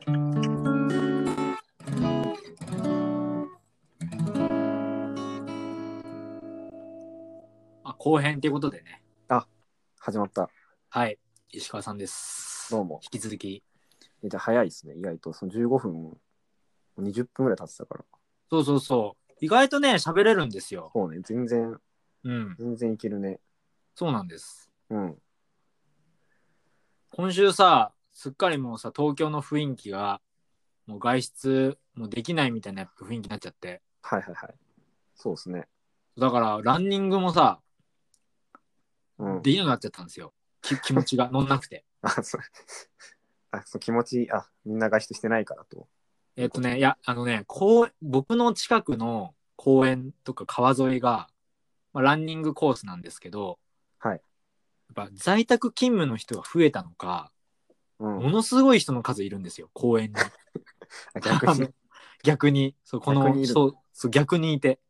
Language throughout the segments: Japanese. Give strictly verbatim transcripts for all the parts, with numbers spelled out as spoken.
あ、後編ということでね。 あ、始まった。 はい、石川さんです。 どうも。 引き続き。 えじゃあ早いですね。意外とそのじゅうごふん、にじゅっぷんぐらい経ってたから。 そうそうそう。意外とね、喋れるんですよ。 そうね、全然、 うん。 全然いけるね。 そうなんです。 うん。 今週さ、すっかりもうさ、東京の雰囲気が、もう外出もうできないみたいな雰囲気になっちゃって。 はいはいはい。そうですね。 だから、ランニングもさ、 うん。 できなくなっちゃったんですよ。き気持ちが乗んなくて。 あ、それ、あ、そう気持ち、あ、みんな外出してないからと。 えっとね、いや、あのね、こう、僕の近くの公園とか川沿いが、まあ、ランニングコースなんですけど、 はい。 やっぱ在宅勤務の人が増えたのか、 うん。 ものすごい人の数いるんですよ、公園に。 あ逆に、 あの逆に、そう、この、 逆にいる。 そう、そう逆にいて。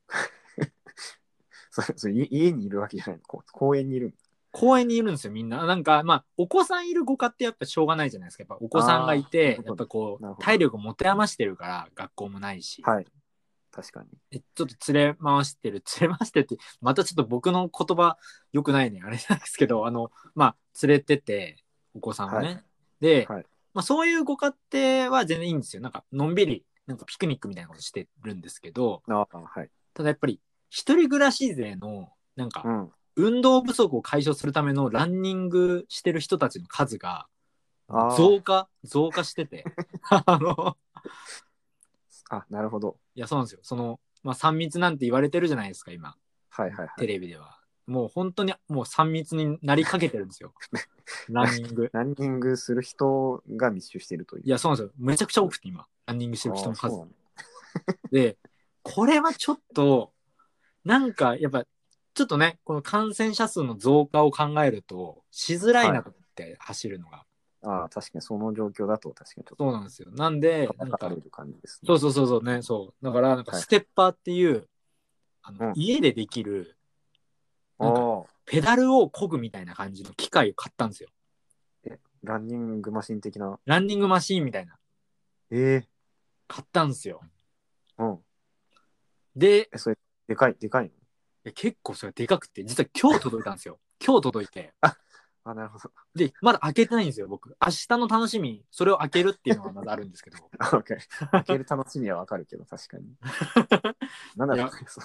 そそ家家にいるわけじゃないの。こ公園にいる。 公園にいるんですよ、みんな。なんか、まあ、お子さんいるご家庭やっぱしょうがないじゃないですか。やっぱお子さんがいああ、なて、 るほど。 やっぱこう、 なるほど。 体力持て余してるから、学校もないし。 はい。確かに。 えちょっと連れ回してる、連れ回してるって、またちょっと僕の言葉良くないね、あれなんですけど、あの、まあ、連れてて、お子さんをはい。 ね。で、 はい。 まあ、そういうご家庭は全然いいんですよ。なんか、のんびり、なんかピクニックみたいなことしてるんですけど、 ああ、はい。 ただやっぱり、一人暮らし勢の、なんか、 うん。 運動不足を解消するためのランニングしてる人たちの数が、 あ増加、増加してて、あの、 あ、あ、なるほど。 いや、そうなんですよ。その、まあ、さん密なんて言われてるじゃないですか、今。 はいはいはい。 テレビでは。もう本当にもうさん密になりかけてるんですよ。ランニング。 ランニングする人が密集しているという。 いや、そうなんですよ。めちゃくちゃ多くて今、ランニングしてる人ああ、 の数。 そうなんだ。 で、これはちょっと、なんかやっぱ、ちょっとね、この感染者数の増加を考えると、しづらいはい。 なと思って走るのが。 ああ、確かにその状況だと確かにちょっとそうなんですよ。なんで、なんか、 叩かれる感じですね。 そうそうそうそうね、そう。だから、なんかはい。 ステッパーっていう、あの、 うん。 家でできる、なんか、 ああ、 ペダルを漕ぐみたいな感じの機械を買ったんですよ。 え、ランニングマシン的な。 ランニングマシーンみたいな。 ええ買ったんですよ。 うん。 で、 え、それ、でかい、でかいの？ 結構それでかくて、実は今日届いたんですよ。今日届いて。 あ、あ、なるほど。 で、まだ開けてないんですよ、僕。明日の楽しみ、それを開けるっていうのがまだあるんですけど。 あ、わかる。開ける楽しみはわかるけど、確かに。なんだろう、 いや、 そう。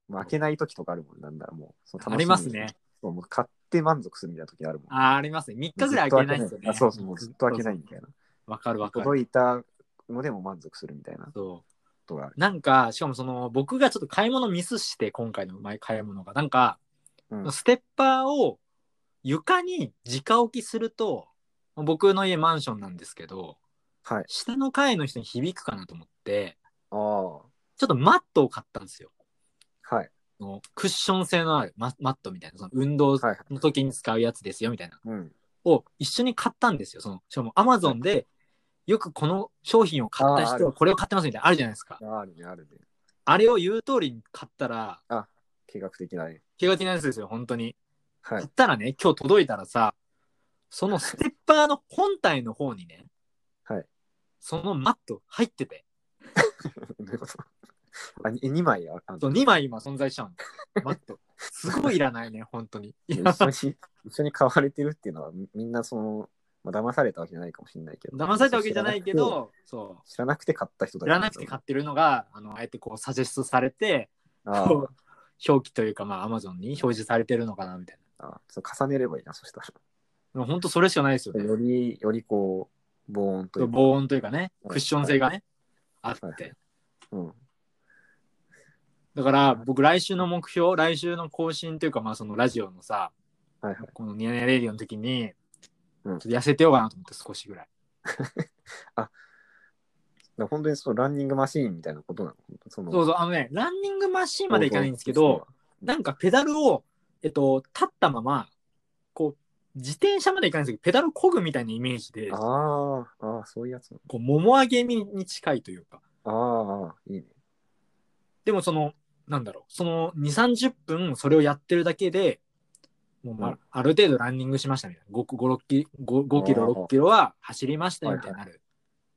もう開けない時とかあるもん、なんだろう、もう、そのあ楽しみに。 りますね。 そう、もう買って満足するみたいな時あるもん。 あ、ありますね。みっかぐずっらい開けと開けない。あ、 ないですよね。 そうそう、もうずっと開けそうそう。 ないみたいな。 わかるわかる。 届いたのでも満足するみたいなこそとがある。 う。なんか、しかもその、僕がちょっと買い物ミスして、今回の前買い物が。なんか、 うん。 ステッパーを床に直置きすると、僕の家マンションなんですけど、 はい。 下の階の人に響くかなと思って、 ああ、 ちょっとマットを買ったんですよ。 はい。 のクッション性のあるママットみたいな、その運動はい。 の時に使うやつですよみたいな、 うん。 を一緒に買ったんですよ。その、しかもアマはい。 ゾンでよくこの商品を買ったああ、ある。 人はこれを買ってますみたいな、あるじゃないですか。 あるね、あるね。 あれを言う通りに買ったら、 あ、計画的なね。 気がちなやつですよ、本当に。 はい。 買ったらね、今日届いたらさ、そのステッパーの本体の方にね、 はい。 そのマット入ってて、 どういうこと？あ、ににまいああんそうの？ にまい今存在しちゃうんだ。マット。すごいいらないね、本当に。いや、 一緒に、一緒に買われてるっていうのは、みみんなその、まあ、騙されたわけじゃないかもしれないけど、 騙されたわけ知らじゃないなくて、 けど、そう。 知らなくて買った人た知らちなんだろうね。 なくて買ってるのが、あの、あえてこう、サジェストされて、こあう、表記というか、まあ、アマゾンに表示されてるのかな、みたいあ、ああ、そう重ねればいいな、そしたな。もう本当それしかないですよら。 ね。 より、よりこう、防音というか、 防音というかね、 はい、 クッションはい、 性がね、あっはい、はい。 て。 うん。 だから、 あ、 僕、来週の目標、来週の更新というか、まあ、そのラジオのさ、 はい、はい。 このニヤニヤレディオの時に、 うん。 ちょっと痩せてようかなと思って、少しぐらい。 あ、本当にそのランニングマシーンみたいなことなの？そのそうそう、あのね、ランニングマシーンまで構造いかないんですけど、 としては。 なんかペダルを、えっと、立ったまま、こう、自転車までいかないんですけど、ペダル漕ぐみたいなイメージで、 ああ、ああ、そういうやつなこう、もも上げに近いというか、 の？ああ、いいね。 でもその、なんだろう、そのに、さんじゅっぷんそれをやってるだけで、もう、まあ、 うん。 ある程度ランニングしましたみたいな。ご、ご、ろっキロ、ご、 あごキロ、6 あ、 キロは走りましたよはい、はい。 みたいになる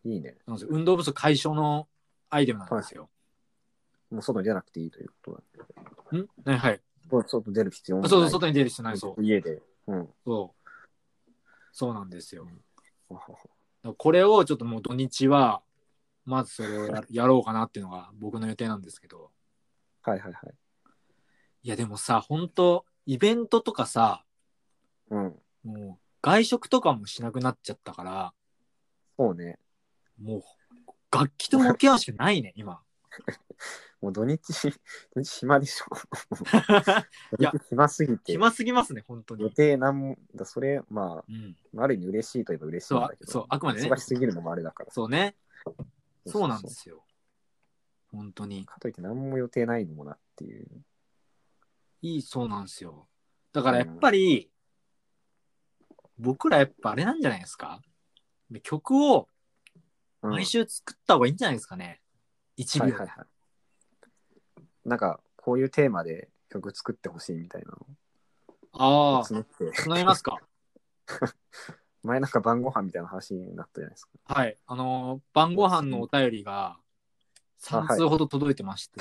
いいね。 なんですよ。運動不足解消のアイテムなんですよ。 もう外に出なくていいということんね、はい。 だ。外出る必要もない。 そうそう、外に出る必要ない。そう。 家で。うん。 そう。そうなんですよ。 はははだからこれをちょっともう土日は、まずそれをややろうかなっていうのが僕の予定なんですけど。 はいはいはい。 いやでもさ、本当イベントとかさ、 うん。 もう外食とかもしなくなっちゃったから、 そうね。 もう楽器と向き合うしかないね、今。 もう土日、土日暇でしょ。 いや土日暇すぎて。 暇すぎますね、本当に。 予定なんも、だそれ、まうん。 あ、ある意味嬉しいといえば嬉しいんだけど、 そうそうあくまでね忙しすぎるのもあれだから。 そうね。 そうそうそうなんですよ。本当に。 かといって何も予定ないのもなっていう。 いい、そうなんですよ。だからやっぱり、僕らやっぱあれなんじゃないですか。曲をうん、 毎週作った方がいいんじゃないですかね。いちびょう。 はいはいはい。なんか、こういうテーマで曲作ってほしいみたいなのああ、 募って頼みますか。 前なんか晩ご飯みたいな話になったじゃないですか。 はい。あのー晩ご飯のお便りがさん通ほど届いてまして。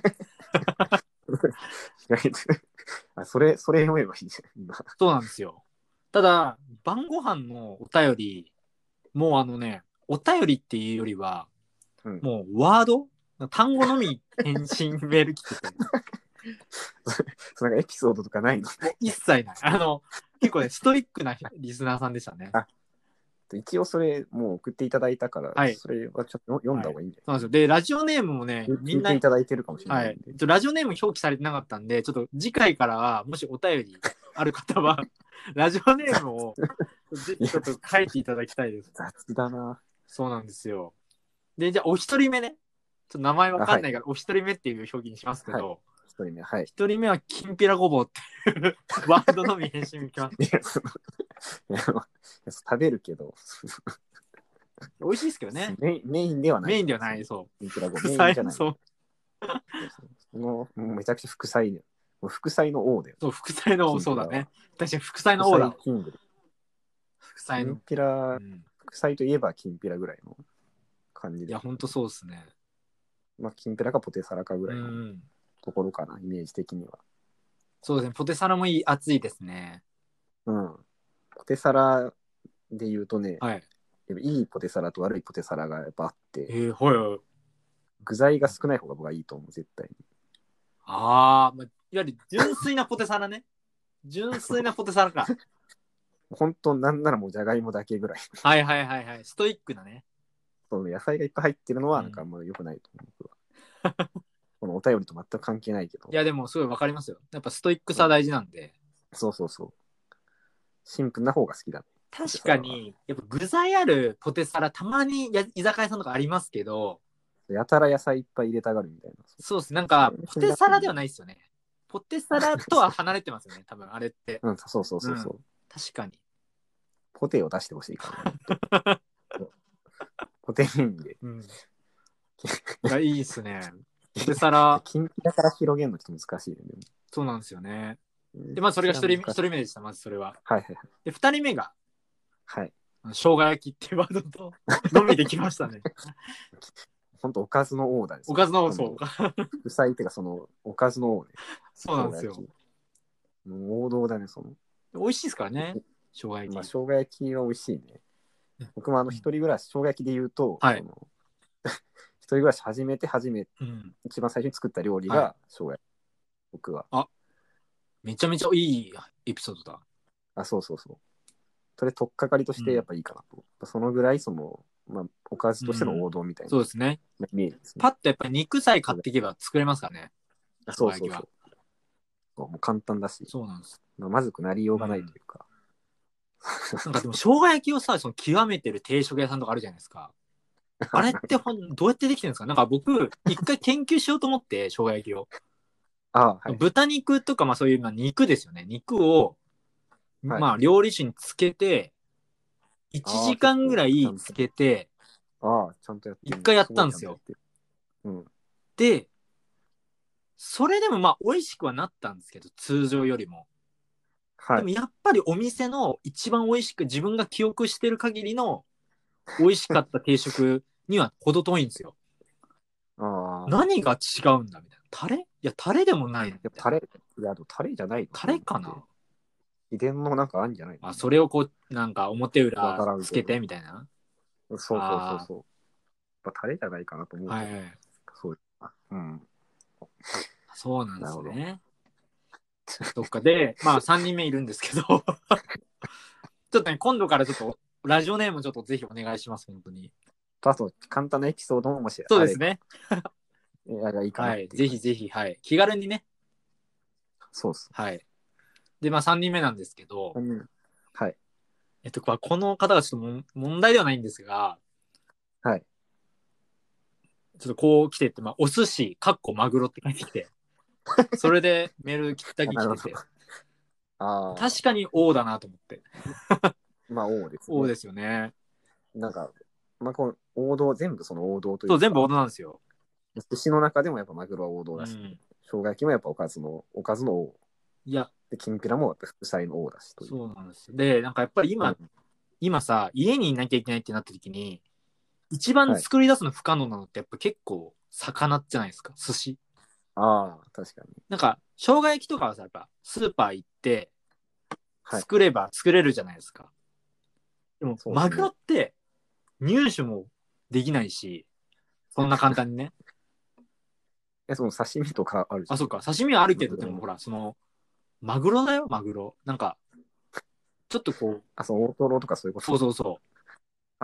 あ、それ、それ読めばいいじゃん、今。 そうなんですよ。ただ、晩ご飯のお便り、もうあのね、お便りっていうよりは、 うん、 もうワード単語のみ返信メール来てて。 そなんかエピソードとかないの？ もう一切ない。あの、結構ね、ストイックなリスナーさんでしたね。 あ一応それもう送っていただいたから、 はい、 それはちょっと読んだ方がいいんじゃない？ そうなんですよ。で、ラジオネームもね、みんな、 聞いていただいてるかもしれないんで。 はい、ラジオネーム表記されてなかったんで、ちょっと次回からは、もしお便りある方は、ラジオネームをぜひちょっと書いていただきたいです。 雑だな。 そうなんですよ。で、じゃあ、お一人目ね。ちょっと名前わかんないから、はい、お一人目っていう表記にしますけど、 一、はい、人目、はい。 一人目はきんぴらごぼうっていうワードのみ返信に来ます。 いやそのいや食べるけど。 美味しいですけどね。 メインメインではない。 メインではない、そう。 副菜じゃない。 そう。 そのめちゃくちゃ副菜で。副菜の王だよ。 そう、副菜の王、そうだね。確かに副菜の王だ。 キング。 副菜の。 きんぴら、うん、副菜といえばきんぴらぐらいの感じで。 いや、ほんとそうですね。 まあ、きんぴらかポテサラかぐらいのところかな、イメージ的には。 そうですね、ポテサラもいい、熱いですね。 うん。ポテサラで言うとね、 はい。 いいポテサラと悪いポテサラがやっぱあって、 えー、はいはい。 具材が少ない方が僕はいいと思う、絶対に。 ああ、まあ、いわゆる純粋なポテサラね。純粋なポテサラか。 本当なんならもうじゃがいもだけぐらい。 はいはいはいはい。ストイックなね。 そう野菜がいっぱい入ってるのはなんかあんま良くないと思う、僕は。このお便りと全く関係ないけど。 いやでもすごいわかりますよ。やっぱストイックさ大事なんで。 そうそうそう。シンプルな方が好きだね。 確かに、やっぱ具材あるポテサラ、たまにや居酒屋さんとかありますけど、 やたら野菜いっぱい入れたがるみたいな。 そうです。なんか、ポテサラではないですよね。ポテサラとは離れてますよね、多分あれって。 うん、そうそうそうそう、うん。 確かに。 ポテを出してほしいからね。ポテメインで。 うん。いや、いいっすね。ポテサラ。 きんぴらから広げるのちょっと難しいよね。 そうなんですよね。で、まあ、それが一人一人目でした、まずそれは。 はいはいはい。 で、二人目が、 はい。 生姜焼きっていうワードと、のみできましたね。 本当おかずの王だね。 おかずの王、そう。 副菜っていうか、その、おかずの王ね。 そうなんですよ。 もう王道だね、その。 美味しいですからね、生姜焼き。 まあ、生姜焼きは美味しいね。僕もあの、一人暮らし、生姜焼きで言うと、 はい、 その一人暮らし始めて初め、うん、一番最初に作った料理が生姜焼き。僕は。 あ、めちゃめちゃいいエピソードだ。 あ、そうそうそう。それ、とっかかりとしてやっぱいいかなと。うん、そのぐらい、その、まあ、おかずとしての王道みたいな、 うん、そうですね。 イメージですね。 パッとやっぱり肉さえ買っていけば作れますからね。 そうそうそう。そうもう簡単だし。 そうなんです。 まあ、まずくなりようがないというか。 うん、なんかでも、生姜焼きをさ、その極めてる定食屋さんとかあるじゃないですか。あれってほんどうやってできてるんですか？なんか僕、一回研究しようと思って、生姜焼きを。 あ、はい、 豚肉とか、まあそういう、まあ、肉ですよね。肉を、はい、まあ料理酒につけて、いちじかんぐらいつけて、 ああ、ちゃんとやって一回やったんですよ。 うん、 で、それでもまあ美味しくはなったんですけど、通常よりも。はい、でもやっぱりお店の一番美味しく自分が記憶してる限りの美味しかった定食には程遠いんですよ。 ああ。 何が違うんだみたいな。タレいや、タレでもない。 いやタレ、いや、でもタレじゃないのタレかな。 秘伝のなんかあるんじゃないの？ あ、それをこう、なんか表わからんけど裏つけてみたいな。 そうそうそうそう。やっぱタレじゃないかなと思う。 はいはい。 そう。うん。 そうなんですね。どっかで、まあさんにんめいるんですけど、ちょっとね、今度からちょっと、ラジオネームちょっとぜひお願いします、本当に。 あと、簡単なエピソードももしそうですね。 いや、いいかなはい。ぜひぜひ、はい。気軽にね。 そうっす。 はい。で、まあさんにんめなんですけど、 うん、はい。 えっと、この方がちょっとも問題ではないんですが、 はい。 ちょっとこう来てって、まあ、お寿司、かっこマグロって書いてきて、それでメールだけ来てて、 あ確かに王だなと思って。 まあ、王ですね。 王ですよね。 なんか、まあ、この王道、全部その王道というか。 そう、全部王道なんですよ。 寿司の中でもやっぱマグロは王道だし、 うん、 生姜焼きもやっぱおかずの、おかずの王。 いや、 で、きんぴらもやっぱ副菜の王だしという。 そうなんですよ。で、なんかやっぱり今、 うん、 今さ、家にいなきゃいけないってなった時に、一番作り出すの不可能なのってやっぱ結構魚じゃないですか、寿司。 ああ、確かに。 なんか、生姜焼きとかはさ、やっぱスーパー行って、作れば作れるじゃないですか。はい、でも、でね、マグロって入手もできないし、そんな簡単にね。 え、その刺身とかあるじゃん。 あ、そうか。刺身はあるけど、でもほら、その、マグロだよ、マグロ。なんか、ちょっとこう。 あ、そう、大トロとかそういうこと。 そうそうそう。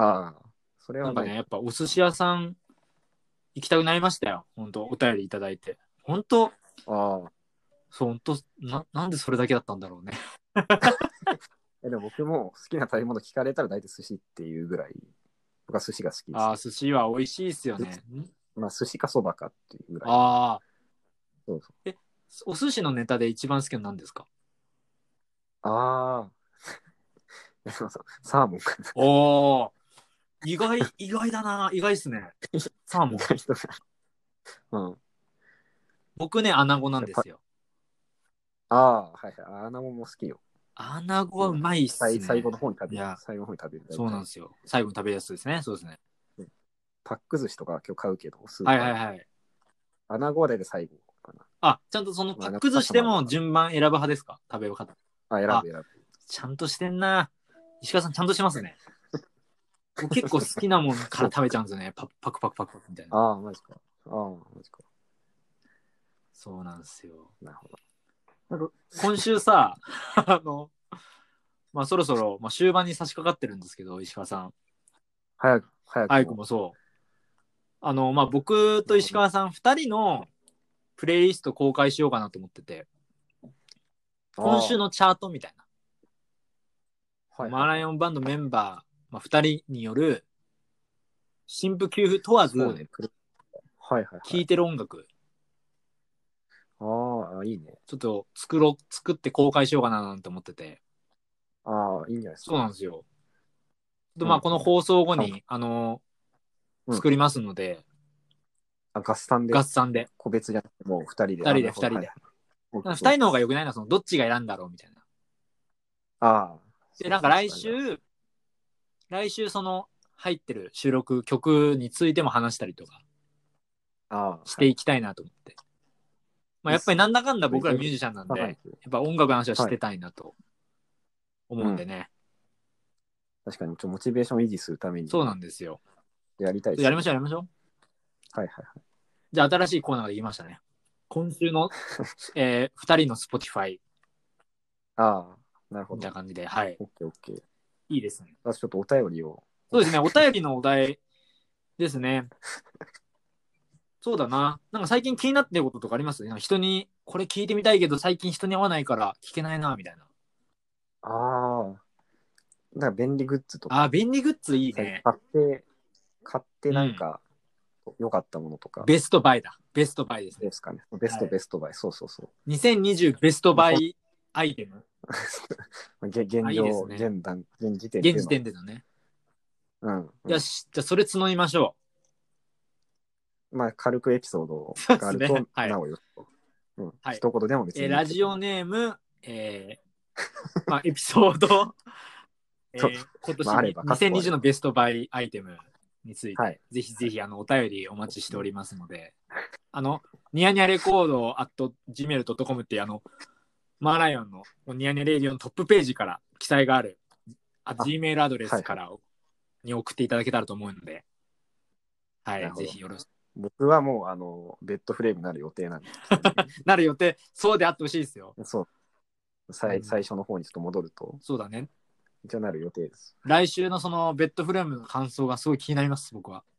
ああ、それはなんかね、やっぱお寿司屋さん行きたくなりましたよ。本当お便りいただいて。本当ああ。 そう、本当な、なんでそれだけだったんだろうね。 えでも僕も好きな食べ物聞かれたら大体寿司っていうぐらい、僕は寿司が好きです。 ああ、寿司は美味しいですよね。 まあ、寿司かそばかっていうぐらい。 ああ。 そうそう。 え、お寿司のネタで一番好きなの何ですか？ ああ。サーモンかな。 おー。意外、意外だな。意外っすね。サーモン。 うん。 僕ね、アナゴなんですよ。 ああ、はいはい。アナゴも好きよ。 アナゴはうまいっすね。 最後の方に食べる。 いや、 最後の方に食べる。 そうなんですよ。最後に食べるやつですね。そうですね。 パック寿司とか今日買うけど、スーパー。 パー。 はいはいはい。 アナゴは大体最後かな。 あ、ちゃんとそのパック寿司でも順番選ぶ派ですか？食べる方。 あ、選ぶ選ぶ。 ちゃんとしてんな。石川さんちゃんとしてますね。結構好きなもんから食べちゃうんですよね。パパクパクパクパクみたいな。 ああ、マジか。ああ、マジか。 そうなんですよ。 なるほど。 今週さ、あの、まあそろそろ、まあ、終盤に差し掛かってるんですけど、石川さん。 早く、早く。 早くもそう。あの、まあ僕と石川さんふたりのプレイリスト公開しようかなと思ってて、今週のチャートみたいな。はいはいはい、マーライオンバンドメンバー、まあ、ふたりによる新婦給付問わず、はいはいはい、 聴いてる音楽。 ああ、いいね。 ちょっと作ろう、作って公開しようかななんて思ってて。 ああ、いいんじゃないですか。 そうなんですよ。で、まあ、この放送後に、 うん、 あのー、作りますので、 うん、あ、合算で。 合算で。 個別じゃなくて、もうふたりで。 ふたりで、ふたりで。ふたりの方がよくないな、その、どっちが選んだろうみたいな。 ああ。 で、なんか来週、来週その、入ってる収録曲についても話したりとか、していきたいなと思って。まあ、やっぱりなんだかんだ僕らミュージシャンなんで、やっぱ音楽の話はしてたいなと思うんでね。 うん、確かに、ちょモチベーションを維持するために。 そうなんですよ。 やりたいです、ね。 やりましょう、やりましょう。 はいはいはい。 じゃあ、新しいコーナーができましたね。今週の、えー、ふたりの Spotify。 ああ、なるほど。 みたいな感じで、はい。 オッケーオッケー。 いいですね。 ちょっとお便りを。 そうですね、お便りのお題ですね。そうだな。なんか最近気になってることとかあります？なんか人に、これ聞いてみたいけど、最近人に会わないから聞けないな、みたいな。 ああ。なんか便利グッズとか。 ああ、便利グッズいいね。 買って、買ってなんか、良、うん、かったものとか。 ベストバイだ。ベストバイですね。 ですかね。ベスト、はい、ベストバイ。そうそうそう。 にせんにじゅうベストバイアイテム。 現状、いいね、現段、現時点での。 現時点でのね。 うん。 よし、じゃあそれ募りましょう。まあ、軽くエピソードがあると、ね、はい、なおよしと。うん。はい、一言でも別にいい、 えー。ラジオネーム、えー、まあ、エピソードえー、今まああれ年ばかっこ悪いにせんにじゅうのベストバイアイテムについて、 はいぜひぜひあのお便りお待ちしておりますので、あのニヤニヤレコード at ジーメールドットコム っていうあのマーライオンのニヤニヤレディオのトップページから記載があるあ Gmail アドレスから、はいはい、に送っていただけたらと思うので、はい、ぜひよろしく。 僕はもうあのベッドフレームになる予定なんでなる予定、そうであってほしいですよ。 そう最、最初の方にちょっと戻ると、 そうだね、 一応なる予定です。 来週のそのベッドフレームの感想がすごい気になります、僕は。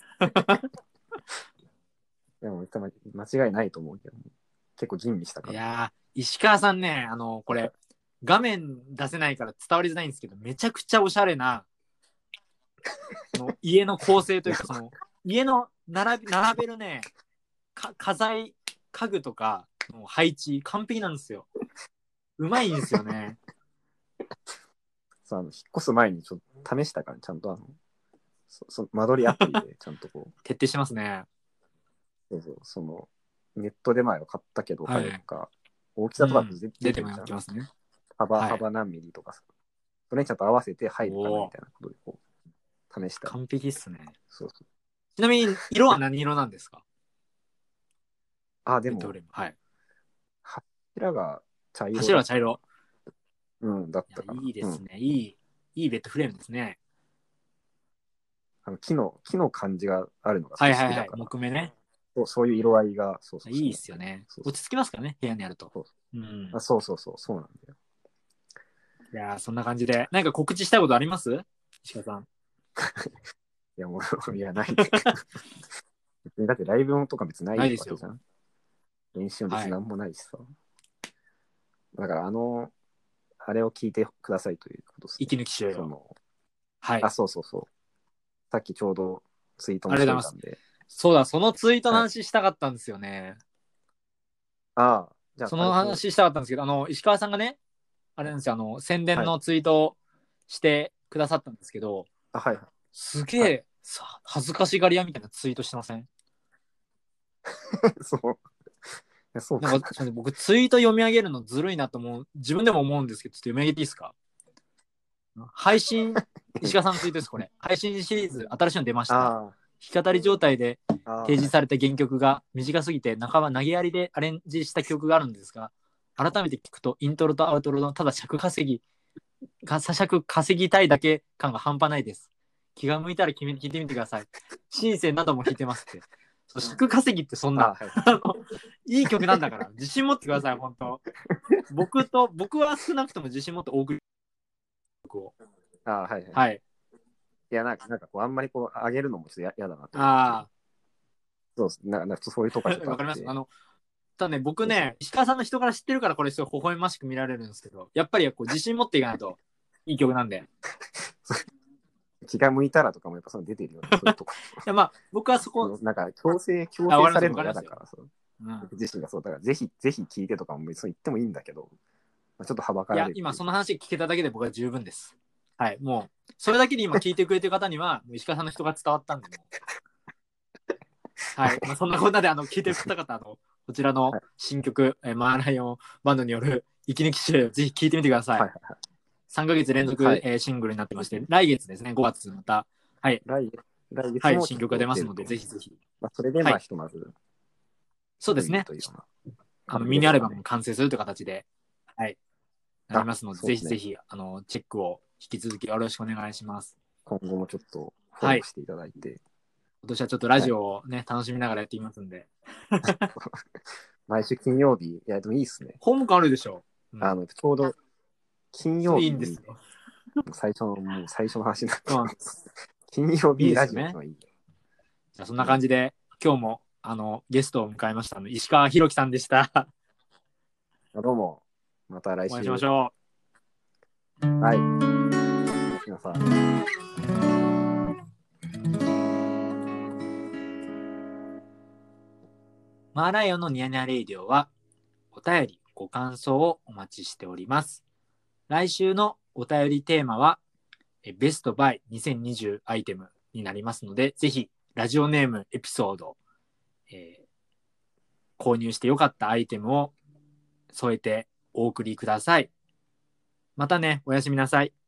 でも間違いないと思うけど、結構吟味したから。 いやー、石川さんね、あのこれ画面出せないから伝わりづらいんですけど、めちゃくちゃおしゃれなの家の構成というか、その家の並び並べるね、か家財家具とかの配置完璧なんですよ。うまいんですよね。 そうあの引っ越す前にちょっと試したから、ちゃんとあのそそ間取りアプリでちゃんとこう徹底してますね。 そうそうそのネットで前は買ったけど、 はい、 とか大きさとか出てますね。 幅、はい、幅何ミリとかさ、それにちゃんと合わせて入るかなみたいなことでこう試した。 完璧っすね。 そうそう。 ちなみに色は何色なんですか？ あ、でも、 はい、 柱が茶色。 柱は茶色。 うん、だったかな。 いいですね、うん、いい、いいベッドフレームですね。 あの木の木の感じがあるのが好きだから。はいはいはい、木目ね。 そう、そういう色合いがそうそうそういいっすよね。そうそう、落ち着きますからね、部屋にあると。 そう、 うん、 あそうそうそう、そうなんだよ。 いやそんな感じで、何か告知したいことあります？石川さん。 いや、もう、いや、ない。別にだってライブとか別にないわけじゃん。練習も別になんもないしさ。はい、だから、あの、あれを聞いてくださいということです、ね。 息抜きしようよ。 そのはい。 あ、そうそうそう。さっきちょうどツイートもしてたんで。 そうだ、そのツイートの話したかったんですよね。 はい、ああ、 じゃあその話したかったんですけど、あの石川さんがね、あれなんですよ、あの宣伝のツイートをしてくださったんですけど、 はい、 すげえ、はい、さ恥ずかしがり屋みたいなツイートしてません？ そう。そうかなんか僕ツイート読み上げるのずるいなと思う、自分でも思うんですけど、ちょっと読み上げていいですか？配信、石川さんのツイートです、これ。配信シリーズ、新しいの出ました。弾き語り状態で提示された原曲が短すぎて、半ば投げやりでアレンジした曲があるんですが、改めて聞くと、イントロとアウトロのただ尺稼ぎ、尺稼ぎたいだけ感が半端ないです。気が向いたら聞いてみてください。シンセなども弾いてますって。尺稼ぎってそんな、はい、いい曲なんだから、自信持ってください、本当。僕と、僕は少なくとも自信持ってお送りを。ああ、はいはい。 はい。 いや、なんか、なんかこう、あんまりこう、上げるのもちょっと嫌だなと。 ああ。 そうな、なんかそういうところわかります。あの、ただね、僕ね、石川さんの人から知ってるから、これすごい微笑ましく見られるんですけど、やっぱりこう自信持っていかないといい曲なんで。 気が向いたらとかもやっぱその出てるよね。そういうとこいや、まあ、僕はそこ、 なんか強制、強制されるの嫌だからさ、 うん、 自身がそうだから、ぜひ、ぜひ聞いてとかも別に言ってもいいんだけど、まあ、ちょっとはばかられる。 いや、今その話聞けただけで僕は十分です。はい、もう、それだけで今聞いてくれてる方には、石川さんの人が伝わったんで、もはい、まあ、そんなこんなで、あの、聞いてる方々、あの、こちらの新曲、はい、えー、マーライオンバンドによる息抜き集、ぜひ聞いてみてください。はいはいはい、さんかげつ連続、はい、えー、シングルになってまして、来月ですね、ごがつまた、はい、 来来月はい、新曲が出ますので、ぜひぜひ。 まあ、それでまあひとまず、はい、 そうですね。あのミニアルバムも完成するという形で、はい、なりますので、ぜひぜひあのチェックを引き続きよろしくお願いします。 今後もちょっとフォローしていただいて、はい、 今年はちょっとラジオをね、はい、楽しみながらやっていますんで。 毎週金曜日、いやでもいいっすね。 ホーム感あるでしょ。 うん、あのちょうど金曜日にいいんですよ。 最初のもう最初の話になってます。金曜日ラジオのいい。いいですよね。 じゃあそんな感じで、うん、今日もあのゲストを迎えましたの石川博樹さんでした。 どうも、また来週お会いしましょう。はい。皆さん。 マーライオンのニヤニヤレイディオはお便りご感想をお待ちしております。来週のお便りテーマはベストバイにせんにじゅうアイテムになりますので、ぜひラジオネームエピソード、えー、購入してよかったアイテムを添えてお送りください。またね、おやすみなさい。